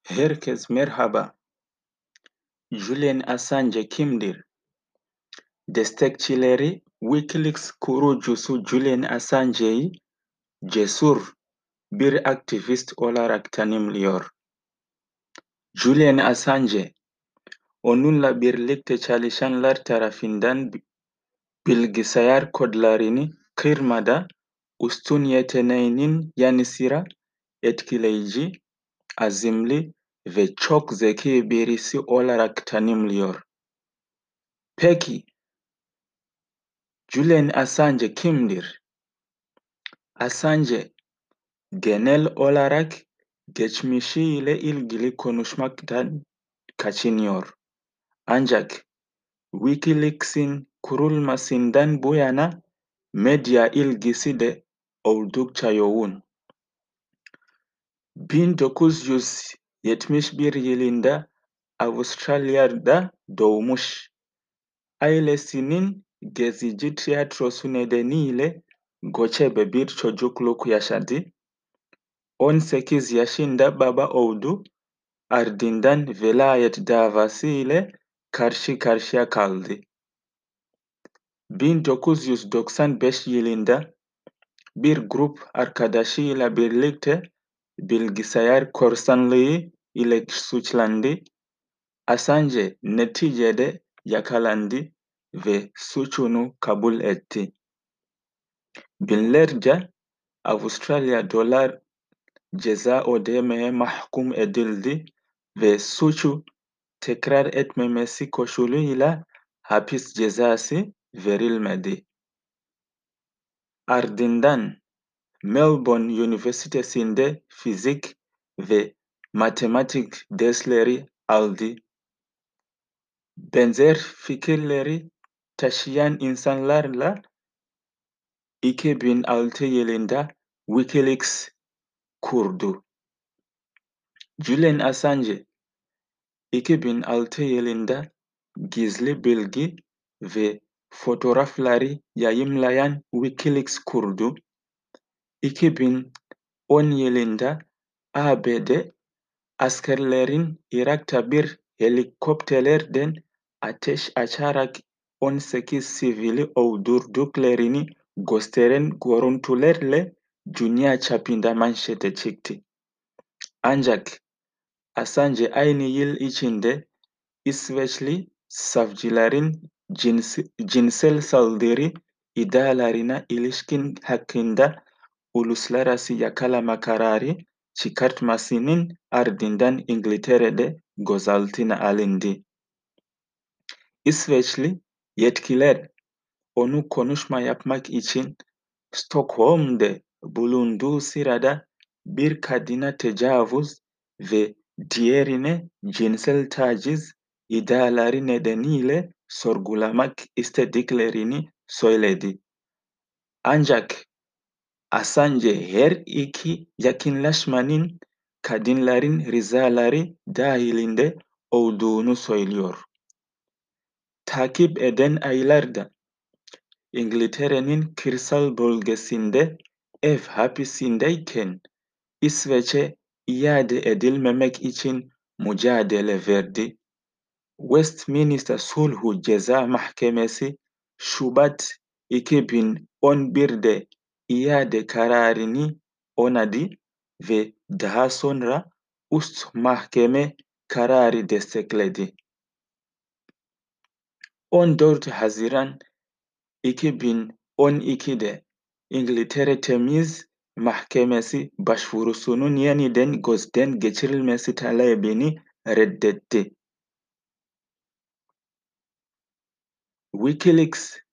Herkes merhaba. Julian Assange kimdir? Destekçileri WikiLeaks kurucusu Julian Assange'yi cesur bir aktivist olarak tanımlıyor. Julian Assange, onunla birlikte çalışanlar tarafından bilgisayar kodlarını kırmada üstün yeteneğinin yanı sıra etkileyici, azimli ve çok zeki birisi olarak tanımlıyor. Peki, Julian Assange kimdir? Assange, genel olarak geçmişiyle ilgili konuşmaktan kaçınıyor. Ancak WikiLeaks'in kurulmasından bu yana medya ilgisi de oldukça yoğun. 1971 yılında Avustralya'da doğmuş. Ailesinin gezici tiyatrosu nedeniyle göçebe bir çocukluk yaşadı. 18 yaşında baba oldu, ardından velayet davası ile karşı karşıya kaldı. 1995 yılında bir grup arkadaşıyla birlikte bilgisayar korsanlığı ile suçlandı. Assange neticede yakalandı ve suçunu kabul etti. Binlerce Avustralya dolar ceza ödemeye mahkum edildi ve suçu tekrar etmemesi koşuluyla hapis cezası verilmedi. Ardından Melbourne Üniversitesi'nde fizik ve matematik dersleri aldı. Benzer fikirleri taşıyan insanlarla 2006 yılında WikiLeaks kurdu. Julian Assange, 2006 yılında gizli bilgi ve fotoğrafları yayımlayan WikiLeaks kurdu. 2010 yılında ABD askerlerin Irak'ta bir helikopterlerden ateş açarak 18 sivili öldürdüklerini gösteren görüntülerle dünya çapında manşete çıktı. Ancak Assange aynı yıl içinde İsveçli savcıların cinsel saldırı iddialarına ilişkin hakkında uluslararası yakalama kararı çıkartmasının ardından İngiltere'de gözaltına alındı. İsveçli yetkililer onu konuşma yapmak için Stockholm'de bulunduğu sırada bir kadına tecavüz ve diğerine cinsel taciz iddiaları nedeniyle sorgulamak istediklerini söyledi. Ancak Assange her iki yakınlaşmanın kadınların rızaları dahilinde olduğunu söylüyor. Takip eden aylarda İngiltere'nin kırsal bölgesinde ev hapisindeyken İsveç'e iade edilmemek için mücadele verdi. Westminster Sulh Ceza Mahkemesi Şubat 2011'de iade kararını onadı ve daha sonra üst mahkeme kararı destekledi. 14 Haziran 2012'de İngiltere Temiz Mahkemesi başvurusunun yeniden gözden geçirilmesi talebini reddetti. WikiLeaks